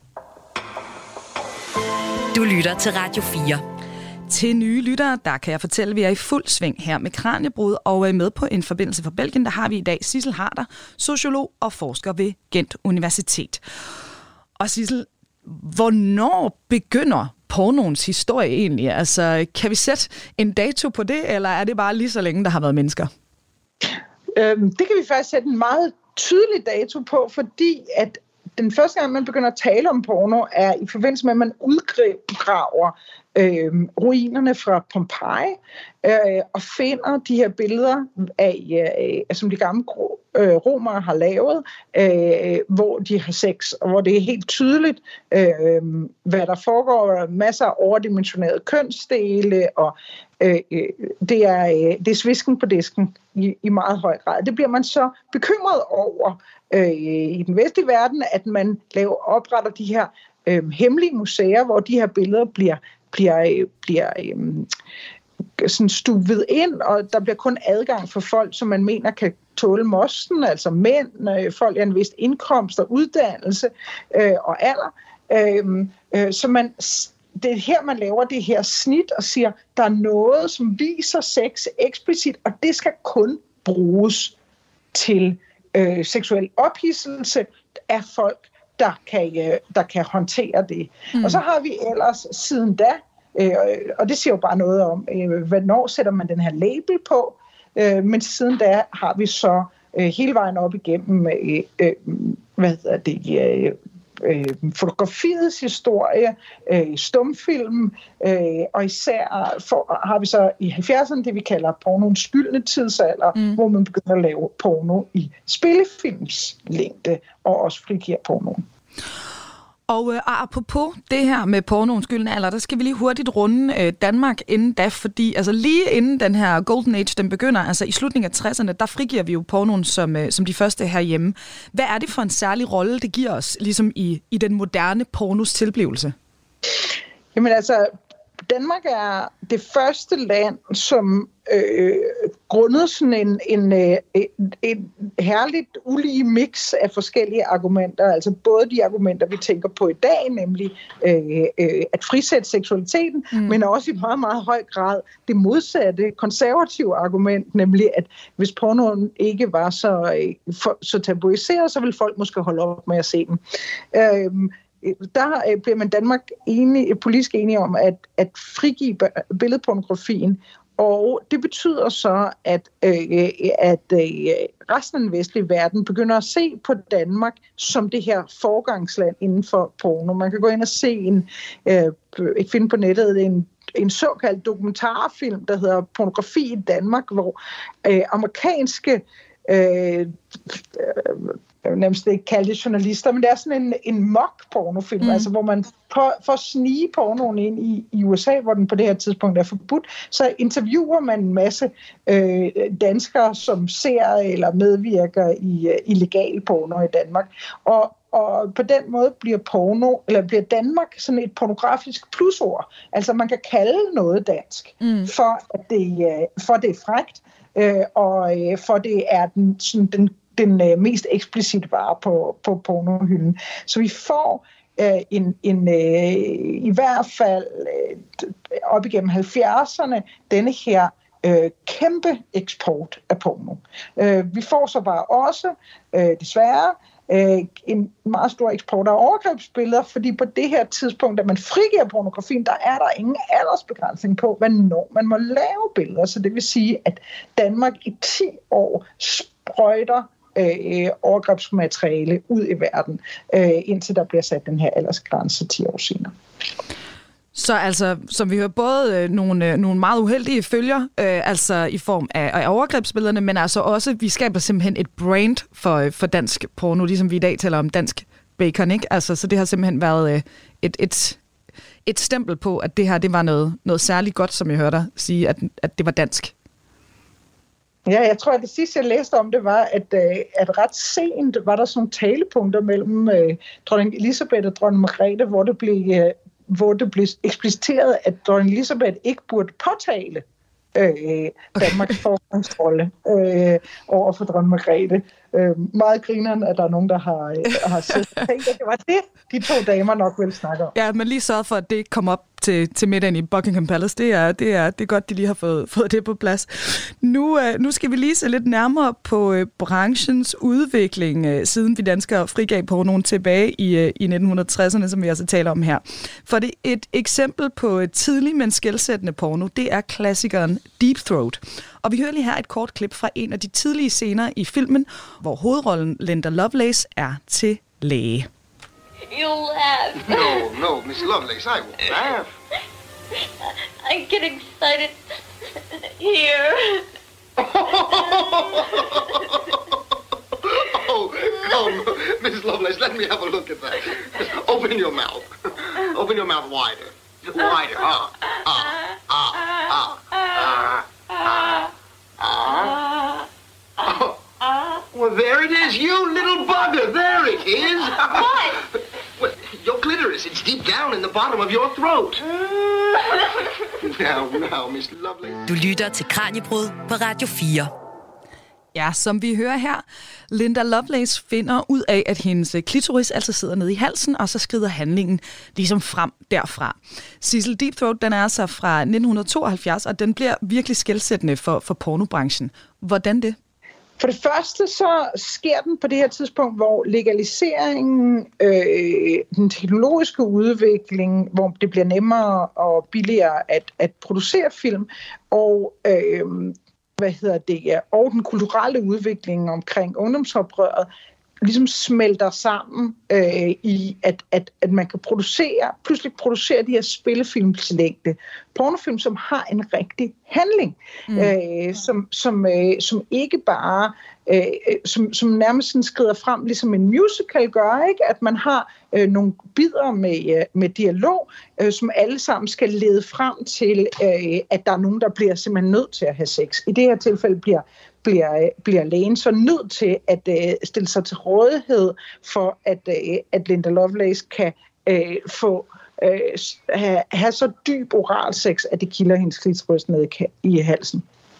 Du lytter til Radio fire. Til nye lyttere, der kan jeg fortælle, at vi er i fuld sving her med Kraniebrud, og er med på en forbindelse fra Belgien. Der har vi i dag Sissel Harder, sociolog og forsker ved Gent Universitet. Og Sissel, hvornår begynder pornoens historie egentlig? Altså, kan vi sætte en dato på det, eller er det bare lige så længe, der har været mennesker? Øhm, det kan vi faktisk sætte en meget tydelig dato på, fordi at den første gang, man begynder at tale om porno, er i forbindelse med, at man udgraver øh, ruinerne fra Pompeji øh, og finder de her billeder, af, øh, som de gamle øh, romere har lavet, øh, hvor de har sex, og hvor det er helt tydeligt, øh, hvad der foregår. Masser af overdimensionerede kønsdele, og øh, det, er, øh, det er svisken på disken i, i meget høj grad. Det bliver man så bekymret over øh, i den vestlige verden, at man laver, opretter de her øh, hemmelige museer, hvor de her billeder bliver bliver, bliver øhm, sådan stuvet ind, og der bliver kun adgang for folk, som man mener kan tåle mosten, altså mænd, øh, folk af en vis indkomst og uddannelse øh, og alder. Øh, øh, så man, det er her, man laver det her snit og siger, der er noget, som viser sex eksplicit, og det skal kun bruges til øh, seksuel ophidselse af folk, der kan, øh, der kan håndtere det. Mm. Og så har vi ellers siden da, øh, og det siger jo bare noget om, øh, hvornår sætter man den her label på, øh, men siden da har vi så øh, hele vejen op igennem, øh, øh, hvad hedder det, øh, øh, fotografiets historie, øh, stumfilm, øh, og især for, har vi så i halvfjerdserne det, vi kalder pornoens gyldne tidsalder, mm. hvor man begynder at lave porno i spillefilms længde, og også frigiver pornoen. Og øh, apropos det her med pornoens gyldne alder, der skal vi lige hurtigt runde øh, Danmark inden da, fordi altså lige inden den her Golden Age, den begynder, altså i slutningen af tresserne, der frigiver vi jo pornoen som, øh, som de første herhjemme. Hvad er det for en særlig rolle, det giver os, ligesom i, i den moderne pornos tilblivelse? Jamen altså, Danmark er det første land, som øh, grundet sådan en, en, en, en herligt ulige mix af forskellige argumenter, altså både de argumenter, vi tænker på i dag, nemlig øh, øh, at frisætte seksualiteten, mm. men også i meget, meget høj grad det modsatte konservative argument, nemlig at hvis pornoen ikke var så, øh, for, så tabuiseret, så ville folk måske holde op med at se dem. Øh, Der bliver man Danmark enig, politisk enige om at, at frigive billedpornografien, og det betyder så, at, øh, at øh, resten af den vestlige verden begynder at se på Danmark som det her forgangsland inden for porno. Man kan gå ind og se en, øh, et film på nettet, en en såkaldt dokumentarfilm, der hedder Pornografi i Danmark, hvor øh, amerikanske øh, jeg vil nærmest ikke kalde det journalister, men det er sådan en, en mock-pornofilm, mm. altså hvor man for, for at snige pornoen ind i, i U S A, hvor den på det her tidspunkt er forbudt, så interviewer man en masse øh, danskere, som ser eller medvirker i uh, illegal porno i Danmark. Og Og på den måde bliver porno, eller bliver Danmark sådan et pornografisk plusord. Altså man kan kalde noget dansk, mm. for at det, for det er frækt, øh, og for det er den, sådan, den, den øh, mest eksplicite vare på, på pornohylden. Så vi får øh, en, en øh, i hvert fald øh, op igennem halvfjerdserne denne her øh, kæmpe eksport af porno. Øh, vi får så bare også, øh, desværre, en meget stor eksport af overgrebsbilleder, fordi på det her tidspunkt, da man frigiver pornografien, der er der ingen aldersbegrænsning på, hvornår man må lave billeder. Så det vil sige, at Danmark i ti år sprøjter øh, overgrebsmateriale ud i verden, øh, indtil der bliver sat den her aldersgrænse ti år senere. Så altså, som vi hører, både øh, nogle, øh, nogle meget uheldige følger, øh, altså i form af, af overgrebsbillederne, men altså også, vi skaber simpelthen et brand for, øh, for dansk porno, ligesom vi i dag taler om dansk bacon, ikke? Altså, så det har simpelthen været øh, et, et, et stempel på, at det her, det var noget, noget særligt godt, som jeg hørte dig sige, at, at det var dansk. Ja, jeg tror, at det sidste, jeg læste om det, var, at, øh, at ret sent var der sådan nogle talepunkter mellem øh, dronning Elisabeth og dronning Margrethe, hvor det blev... Øh, hvor det blev ekspliciteret, at dronning Elisabeth ikke burde påtale øh, Danmarks forgangsrolle øh, over for dronning Margrethe. Øh, meget grineren, at der er nogen, der har, øh, har set tænkt, at det var det, de to damer nok ville snakke om. Ja, men lige sørget for, at det ikke kom op til, til middagen i Buckingham Palace. Det er, det er, det er godt, de lige har fået, fået det på plads. Nu, øh, nu skal vi lige se lidt nærmere på øh, branchens udvikling, øh, siden vi danskere frigav pornoen tilbage i, øh, i nitten tresserne, som vi altså taler om her. For det et eksempel på et tidlig, men skelsættende porno, det er klassikeren Deep Throat. Og vi hører lige her et kort klip fra en af de tidlige scener i filmen, hvor hovedrollen Linda Lovelace er til læge. You'll laugh. No, no, Miss Lovelace, I won't laugh. I get excited here. Oh, come, Miss Lovelace, let me have a look at that. Open your mouth. Open your mouth wider. Wider. Ah, ah, ah, ah, ah, ah, ah. Oh. Well, there it is, you little bugger. There it is. What? Well, your clitoris, it's deep down in the bottom of your throat. Now, now, Miss Lovelace. Du lytter til Kraniebrud på Radio fire. Ja, som vi hører her, Linda Lovelace finder ud af, at hendes klitoris altså sidder nede i halsen, og så skrider handlingen ligesom frem derfra. Sissel, Deep Throat, den er altså fra nitten tooghalvfjerds, og den bliver virkelig skelsættende for, for pornobranchen. Hvordan det? For det første så sker den på det her tidspunkt, hvor legaliseringen, øh, den teknologiske udvikling, hvor det bliver nemmere og billigere at, at producere film, og øh, hvad hedder det, ja, og den kulturelle udvikling omkring ungdomsoprøret, ligesom smelter sammen øh, i, at, at, at man kan producere, pludselig producere de her spillefilmslængde. Pornofilm, som har en rigtig handling, mm. øh, som, som, øh, som ikke bare, øh, som, som nærmest sådan skrider frem, ligesom en musical gør, ikke? At man har øh, nogle bidder med, øh, med dialog, øh, som alle sammen skal lede frem til, øh, at der er nogen, der bliver simpelthen nødt til at have sex. I det her tilfælde bliver bliver, bliver lægen så nødt til at øh, stille sig til rådighed for, at, øh, at Linda Lovelace kan øh, få øh, have, have så dyb oralsex, at det kilder hendes klitoris ned i halsen.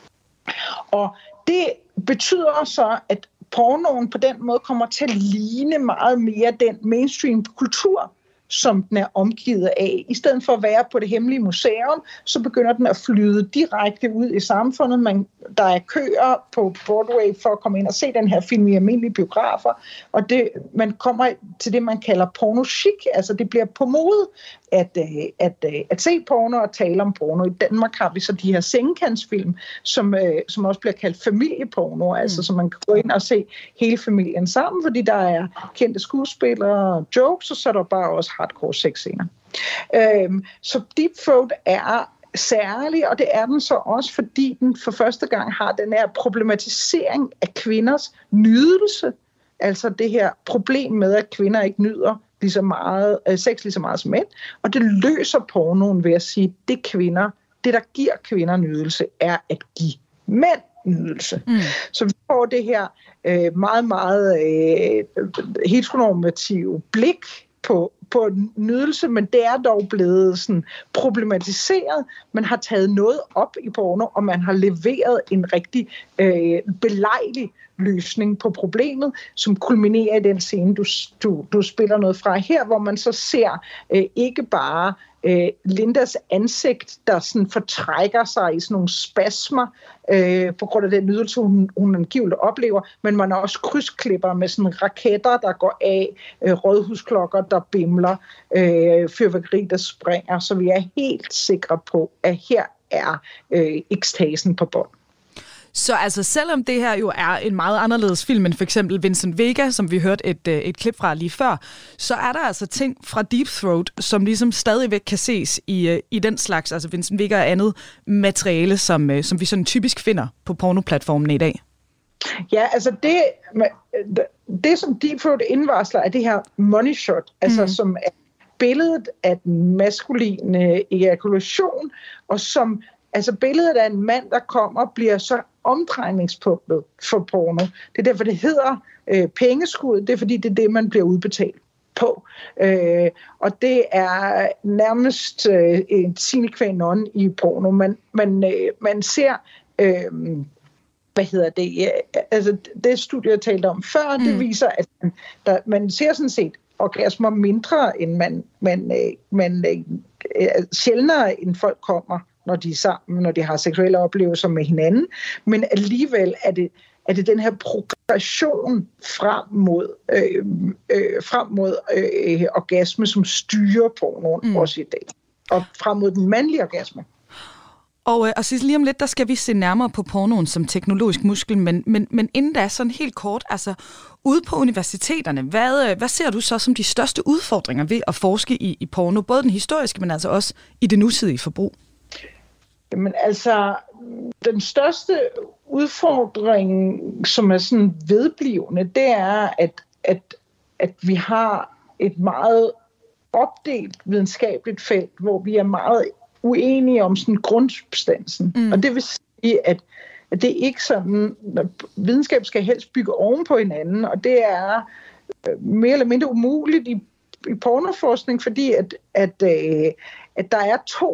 Og det betyder så, at pornoen på den måde kommer til at ligne meget mere den mainstream kultur, som den er omgivet af. I stedet for at være på det hemmelige museum, så begynder den at flyde direkte ud i samfundet. Man, der er køer på Broadway for at komme ind og se den her film i almindelige biografer, og det, man kommer til det, man kalder porno-chic, altså det bliver på mode at, at, at se porno og tale om porno. I Danmark har vi så de her sengekantsfilm, som, som også bliver kaldt familieporno, mm. altså så man kan gå ind og se hele familien sammen, fordi der er kendte skuespillere og jokes, og så er der bare også hardcore sexscener. Øhm, så Deep Throat er særlig, og det er den så også, fordi den for første gang har den her problematisering af kvinders nydelse, altså det her problem med, at kvinder ikke nyder lige så meget, øh, sex lige så meget som mænd, og det løser pornoen ved at sige, det kvinder, det der giver kvinder nydelse, er at give mænd nydelse. Mm. Så vi får det her øh, meget, meget øh, heteronormative blik på, på nydelse, men det er dog blevet sådan problematiseret. Man har taget noget op i porno, og man har leveret en rigtig øh, belejlig løsning på problemet, som kulminerer i den scene, du, du, du spiller noget fra her, hvor man så ser øh, ikke bare øh, Lindas ansigt, der sådan fortrækker sig i sådan nogle spasmer øh, på grund af den nydelse, hun, hun angiveligt oplever, men man også krydsklipper med sådan raketter, der går af, øh, rådhusklokker, der bimler, øh, fyrværkeri, der springer, så vi er helt sikre på, at her er øh, ekstasen på bånd. Så altså, selvom det her jo er en meget anderledes film end for eksempel Vincent Vega, som vi hørte et, et klip fra lige før, så er der altså ting fra Deep Throat, som ligesom stadigvæk kan ses i, i den slags, altså Vincent Vega og andet materiale, som, som vi sådan typisk finder på pornoplatformen i dag. Ja, altså det, det som Deep Throat indvarsler, er det her money shot, altså mm. som er billedet af den maskuline ejakulation, og som altså billedet af en mand, der kommer, bliver så omdrejningspunktet for porno. Det er derfor, det hedder øh, pengeskud. Det er fordi, det er det, man bliver udbetalt på. Øh, og det er nærmest øh, en sine qua non i porno. Man, man, øh, man ser... Øh, hvad hedder det? Ja, altså, det studie, jeg talte om før, mm. det viser, at man, der, man ser sådan set orgasmer mindre, end man, man, øh, man øh, sjældnere end folk kommer, når de er sammen, når de har seksuelle oplevelser med hinanden, men alligevel er det, er det den her progression frem mod, øh, øh, frem mod øh, orgasme, som styrer pornoen mm. også i dag, og frem mod den mandlige orgasme. Og, og Sissel, lige om lidt, der skal vi se nærmere på pornoen som teknologisk muskel, men, men, men inden da, sådan helt kort, altså ude på universiteterne, hvad, hvad ser du så som de største udfordringer ved at forske i, i porno, både den historiske, men altså også i det nutidige forbrug? Jamen altså, den største udfordring, som er sådan vedblivende, det er, at, at, at vi har et meget opdelt videnskabeligt felt, hvor vi er meget uenige om sådan grundsubstansen. Mm. Og det vil sige, at, at det er ikke sådan, at videnskab skal helst bygge oven på hinanden, og det er mere eller mindre umuligt i, i pornoforskning, fordi at, at, at der er to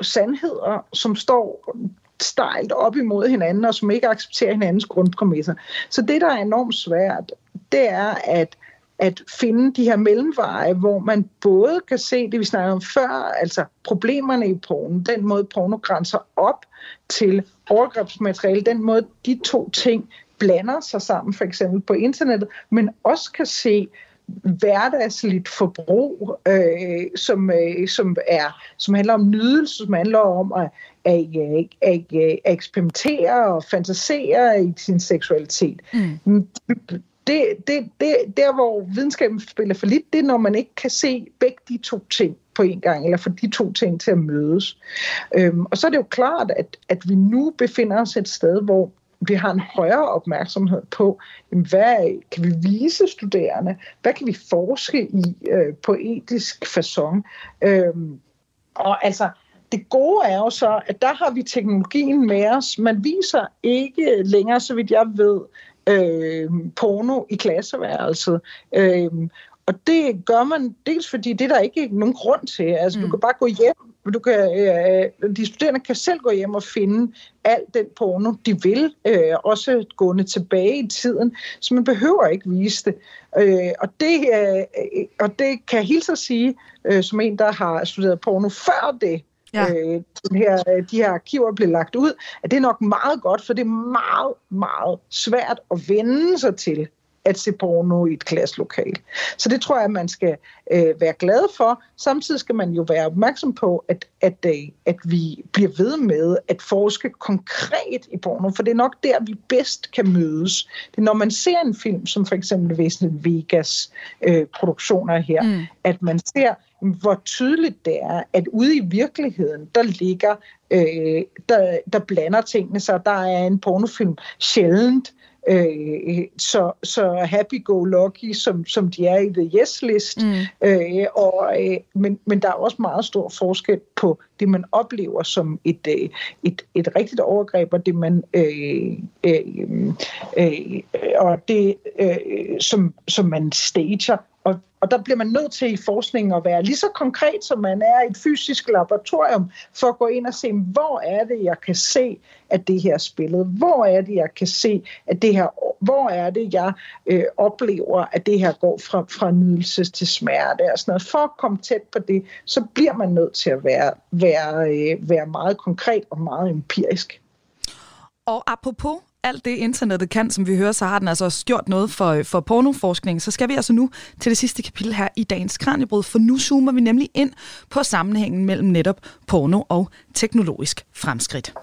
sandheder, som står stejlt op imod hinanden, og som ikke accepterer hinandens grundpræmisser. Så det, der er enormt svært, det er at, at finde de her mellemveje, hvor man både kan se det, vi snakkede om før, altså problemerne i porno, den måde porno grænser op til overgrebsmateriale, den måde de to ting blander sig sammen, for eksempel på internettet, men også kan se hverdagsligt forbrug, øh, som, øh, som, er, som handler om nydelse, som handler om at, at, at, at eksperimentere og fantasere i sin seksualitet. Mm. Det, det, det, der, hvor videnskaben spiller for lidt, det er, når man ikke kan se begge de to ting på en gang, eller få de to ting til at mødes. Øhm, og så er det jo klart, at, at vi nu befinder os et sted, hvor vi har en højere opmærksomhed på, hvad kan vi vise studerende, hvad kan vi forske i øh, på etisk facon. Øhm, og altså, det gode er jo så, at der har vi teknologien med os. Man viser ikke længere, så vidt jeg ved, øh, porno i klasseværelset. Øh, og det gør man dels fordi, det er der ikke nogen grund til. Altså, mm. du kan bare gå hjem. Du kan, øh, de studerende kan selv gå hjem og finde al den porno, de vil, øh, også gående tilbage i tiden, så man behøver ikke vise det. Øh, og, det øh, og det kan jeg hilse at sige, øh, som en, der har studeret porno før det, ja. øh, de, her, de her arkiver blev lagt ud, at det er nok meget godt, for det er meget, meget svært at vende sig til at se porno i et klasselokale. Så det tror jeg, at man skal øh, være glad for. Samtidig skal man jo være opmærksom på, at, at, øh, at vi bliver ved med at forske konkret i porno, for det er nok der, vi bedst kan mødes. Det er, når man ser en film, som for eksempel Vegas øh, produktioner her, mm. at man ser, hvor tydeligt det er, at ude i virkeligheden, der ligger, øh, der, der blander tingene sig. Der er en pornofilm sjældent, Øh, så, så happy-go-lucky, som, som de er i The Yes-list. Mm. Øh, og, øh, men, men der er også meget stor forskel på det, man oplever som et, øh, et, et rigtigt overgreb, og det, man øh, øh, øh, og det øh, som, som man stager. Og, og der bliver man nødt til i forskningen at være lige så konkret, som man er i et fysisk laboratorium, for at gå ind og se, hvor er det, jeg kan se, at det her er spillet? Hvor er det, jeg kan se, at det her, hvor er det, jeg øh, oplever, at det her går fra, fra nydelse til smerte og sådan noget. For at komme tæt på det, så bliver man nødt til at være, være, øh, være meget konkret og meget empirisk. Og apropos alt det internettet kan, som vi hører, så har den altså også gjort noget for, for pornoforskning. Så skal vi altså nu til det sidste kapitel her i dagens Kraniebrud, for nu zoomer vi nemlig ind på sammenhængen mellem netop porno og teknologisk fremskridt.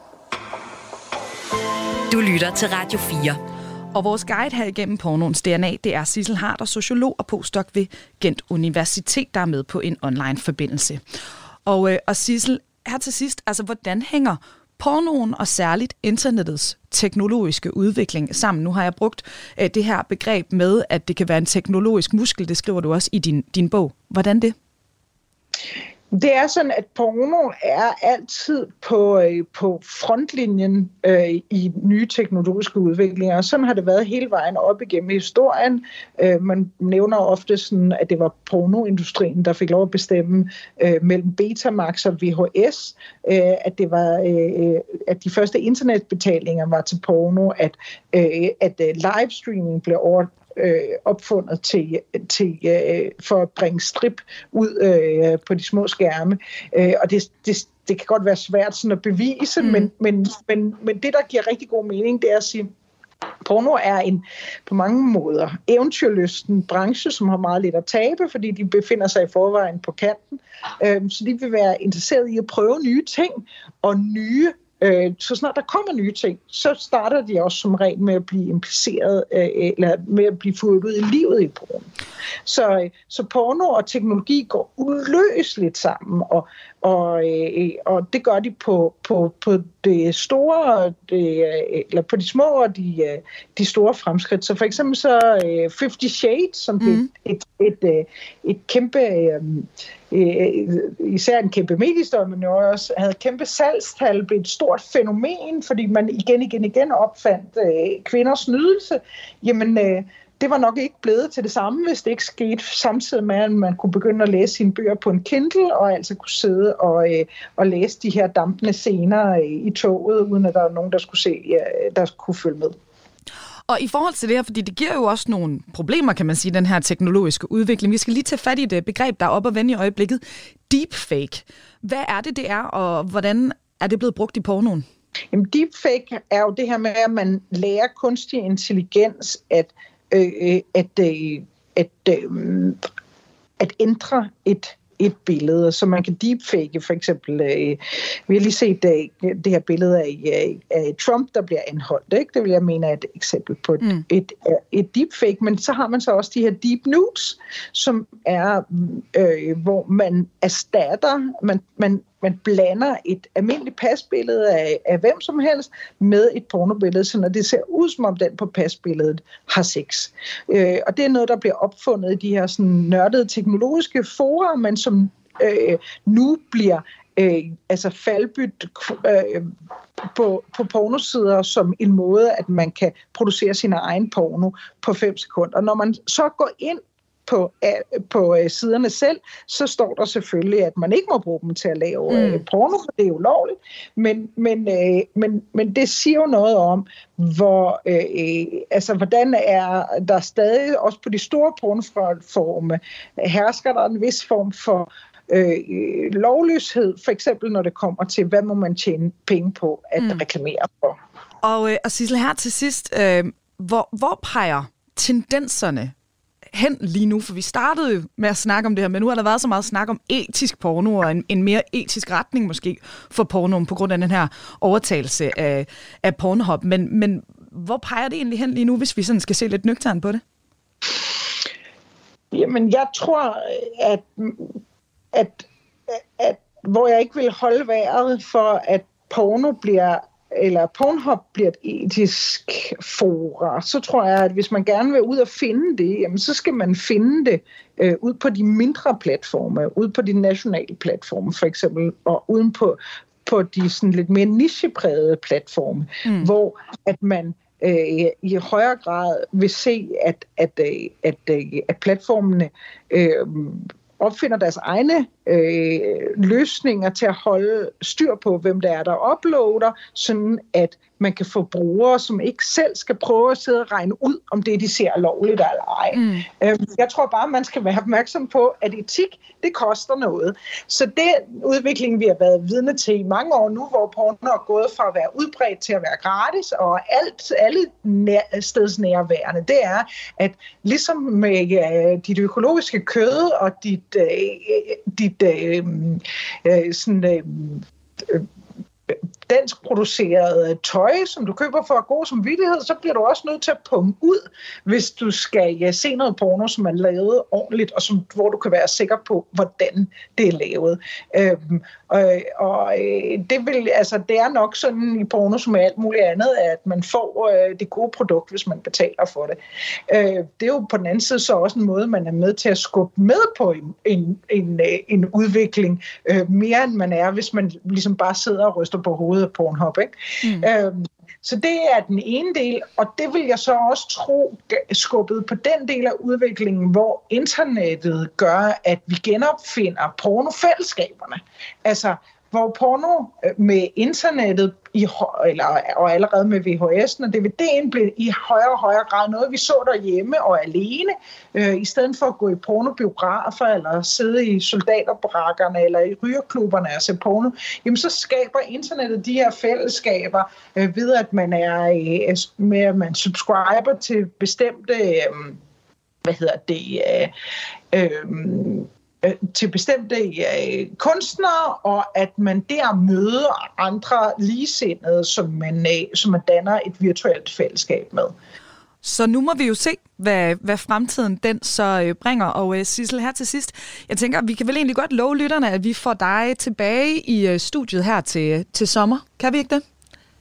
Du lytter til Radio fire. Og vores guide her igennem pornoens D N A, det er Sissel Harder, sociolog og postdoc ved Gent Universitet, der er med på en online-forbindelse. Og, øh, og Sissel, her til sidst, altså hvordan hænger pornoen og særligt internettets teknologiske udvikling sammen? Nu har jeg brugt øh, det her begreb med, at det kan være en teknologisk muskel. Det skriver du også i din, din bog. Hvordan det? Det er sådan, at porno er altid på, øh, på frontlinjen øh, i nye teknologiske udviklinger, og sådan har det været hele vejen op igennem historien. Øh, man nævner ofte, sådan, at det var pornoindustrien, der fik lov at bestemme øh, mellem Betamax og V H S, øh, at, det var, øh, at de første internetbetalinger var til porno, at, øh, at øh, livestreaming blev over Øh, opfundet til, til, øh, for at bringe strip ud øh, på de små skærme. Øh, og det, det, det kan godt være svært sådan at bevise, mm. men, men, men, men det, der giver rigtig god mening, det er at sige, porno er en på mange måder eventyrlysten branche, som har meget lidt at tabe, fordi de befinder sig i forvejen på kanten. Øh, så de vil være interesseret i at prøve nye ting og nye. Så snart der kommer nye ting, så starter de også som regel med at blive impliceret, eller med at blive fået ud i livet i porno. Så, så porno og teknologi går uløseligt sammen, og, og, og det gør de på, på, på det store, det, eller på de små og de, de store fremskridt. Så for eksempel så Fifty Shades, som mm. et, et, et, et kæmpe, især en kæmpe mediestorm, men jo også havde kæmpe salgstal, blev et stort fænomen, fordi man igen, igen, igen opfandt kvinders nydelse. Jamen, det var nok ikke blevet til det samme, hvis det ikke skete samtidig med, at man kunne begynde at læse sine bøger på en Kindle, og altså kunne sidde og, øh, og læse de her dampende scener øh, i toget, uden at der var nogen, der skulle se, øh, der kunne følge med. Og i forhold til det her, fordi det giver jo også nogle problemer, kan man sige, den her teknologiske udvikling. Vi skal lige tage fat i det begreb, der er oppe og vende i øjeblikket. Deepfake. Hvad er det, det er, og hvordan er det blevet brugt i pornoen? Jamen, deepfake er jo det her med, at man lærer kunstig intelligens at, øh, at, øh, at, øh, at ændre et et billede, så man kan deepfake for eksempel. Øh, vi har lige set øh, det her billede af, øh, af Trump, der bliver anholdt. Ikke? Det vil jeg mene er et eksempel på et, mm. et, et, et deepfake, men så har man så også de her deep nudes, som er, øh, hvor man erstatter, man, man Man blander et almindeligt pasbillede af, af hvem som helst med et pornobillede, så når det ser ud som om den på pasbilledet har sex. Øh, og det er noget, der bliver opfundet i de her sådan, nørdede teknologiske fora, men som øh, nu bliver øh, altså faldbydt øh, på, på pornosider som en måde, at man kan producere sin egen porno på fem sekunder. Når man så går ind På, på uh, siderne selv, så står der selvfølgelig, at man ikke må bruge dem til at lave uh, mm. porno, for det er ulovligt. Men, men, uh, men, men det siger jo noget om, hvor, uh, altså, hvordan er der stadig, også på de store pornoformer, hersker der en vis form for uh, lovløshed, for eksempel når det kommer til, hvad må man tjene penge på at mm. reklamere for. Og, uh, og Sissel, her til sidst, uh, hvor, hvor peger tendenserne hen lige nu, for vi startede jo med at snakke om det her, men nu har der været så meget snak om etisk porno, og en, en mere etisk retning måske for pornoen, på grund af den her overtagelse af, af Pornhub. Men, men hvor peger det egentlig hen lige nu, hvis vi sådan skal se lidt nøgternt på det? Jamen, jeg tror, at, at, at hvor jeg ikke vil holde vejret for, at porno bliver eller Pornhub bliver et etisk fora, så tror jeg, at hvis man gerne vil ud og finde det, jamen, så skal man finde det øh, ud på de mindre platforme, ud på de nationale platforme for eksempel, og uden på, på de sådan lidt mere nicheprægede platforme, mm. hvor at man øh, i højere grad vil se, at, at, at, at, at platformene øh, opfinder deres egne øh, løsninger til at holde styr på, hvem det er, der uploader, sådan at man kan få brugere, som ikke selv skal prøve at sidde og regne ud, om det, de ser, er lovligt eller ej. Mm. Øhm, jeg tror bare, man skal være opmærksom på, at etik, det koster noget. Så det udvikling, vi har været vidne til i mange år nu, hvor porno er gået fra at være udbredt til at være gratis, og alt, alle nær, stedsnærværende, det er, at ligesom med øh, dit økologiske kød og dit, øh, dit øh, øh, sådan, øh, dansk produceret tøj, som du køber for at god samvittighed, så bliver du også nødt til at pumpe ud, hvis du skal ja, se noget porno, som er lavet ordentligt, og som, hvor du kan være sikker på, hvordan det er lavet. Øhm, og og det, vil, altså, det er nok sådan i porno, som er alt muligt andet, at man får øh, det gode produkt, hvis man betaler for det. Øh, det er jo på den anden side så også en måde, man er med til at skubbe med på en, en, en, en udvikling, øh, mere end man er, hvis man ligesom bare sidder og ryster på hovedet af Pornhub, ikke? Mm. Øhm, så det er den ene del, og det vil jeg så også tro skubbet på den del af udviklingen, hvor internettet gør, at vi genopfinder pornofællesskaberne. Altså, hvor porno med internettet i, eller, og allerede med V H S'en og D V D'en blev i højere og højere grad noget, vi så derhjemme og alene, øh, i stedet for at gå i pornobiografer eller sidde i soldaterbarakkerne eller i rygerklubberne og se porno, jamen så skaber internettet de her fællesskaber øh, ved, at man er øh, med, at man subscriber til bestemte, øh, hvad hedder det, øh, øh, til bestemte øh, kunstnere, og at man der møder andre ligesindede, som man, øh, som man danner et virtuelt fællesskab med. Så nu må vi jo se, hvad, hvad fremtiden den så øh, bringer. Og øh, Sissel, her til sidst, jeg tænker, vi kan vel egentlig godt love lytterne, at vi får dig tilbage i øh, studiet her til, til sommer. Kan vi ikke det?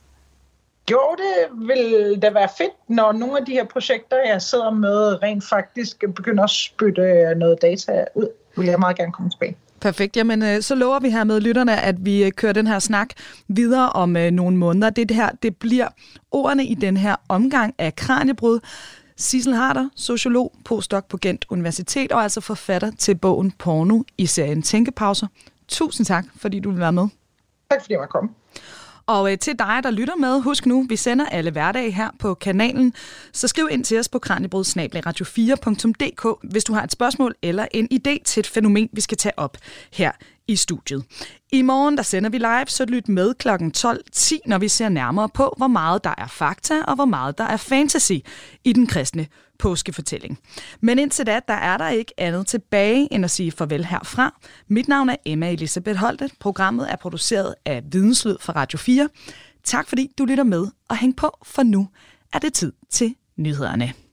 Jo, det vil da være fedt, når nogle af de her projekter, jeg sidder med, rent faktisk begynder at spytte noget data ud. Vil jeg meget gerne komme tilbage. Perfekt. Jamen, så lover vi her med lytterne, at vi kører den her snak videre om øh, nogle måneder. Det, det her, det bliver ordene i den her omgang af Kraniebrud. Sissel Harder, sociolog, postdoc på Gent Universitet og altså forfatter til bogen Porno i serien Tænkepauser. Tusind tak, fordi du vil være med. Tak fordi jeg var kommet. Og øh, til dig, der lytter med, husk nu, vi sender alle hverdage her på kanalen. Så skriv ind til os på kraniebrud snabel-a radio fire punktum d k, hvis du har et spørgsmål eller en idé til et fænomen, vi skal tage op her i studiet. I morgen der sender vi live, så lyt med klokken tolv ti, når vi ser nærmere på, hvor meget der er fakta og hvor meget der er fantasy i den kristne påskefortælling. Men indtil da, der er der ikke andet tilbage end at sige farvel herfra. Mit navn er Emma Elisabeth Holtet. Programmet er produceret af Videnslyd for Radio fire. Tak fordi du lytter med, og hæng på, for nu er det tid til nyhederne.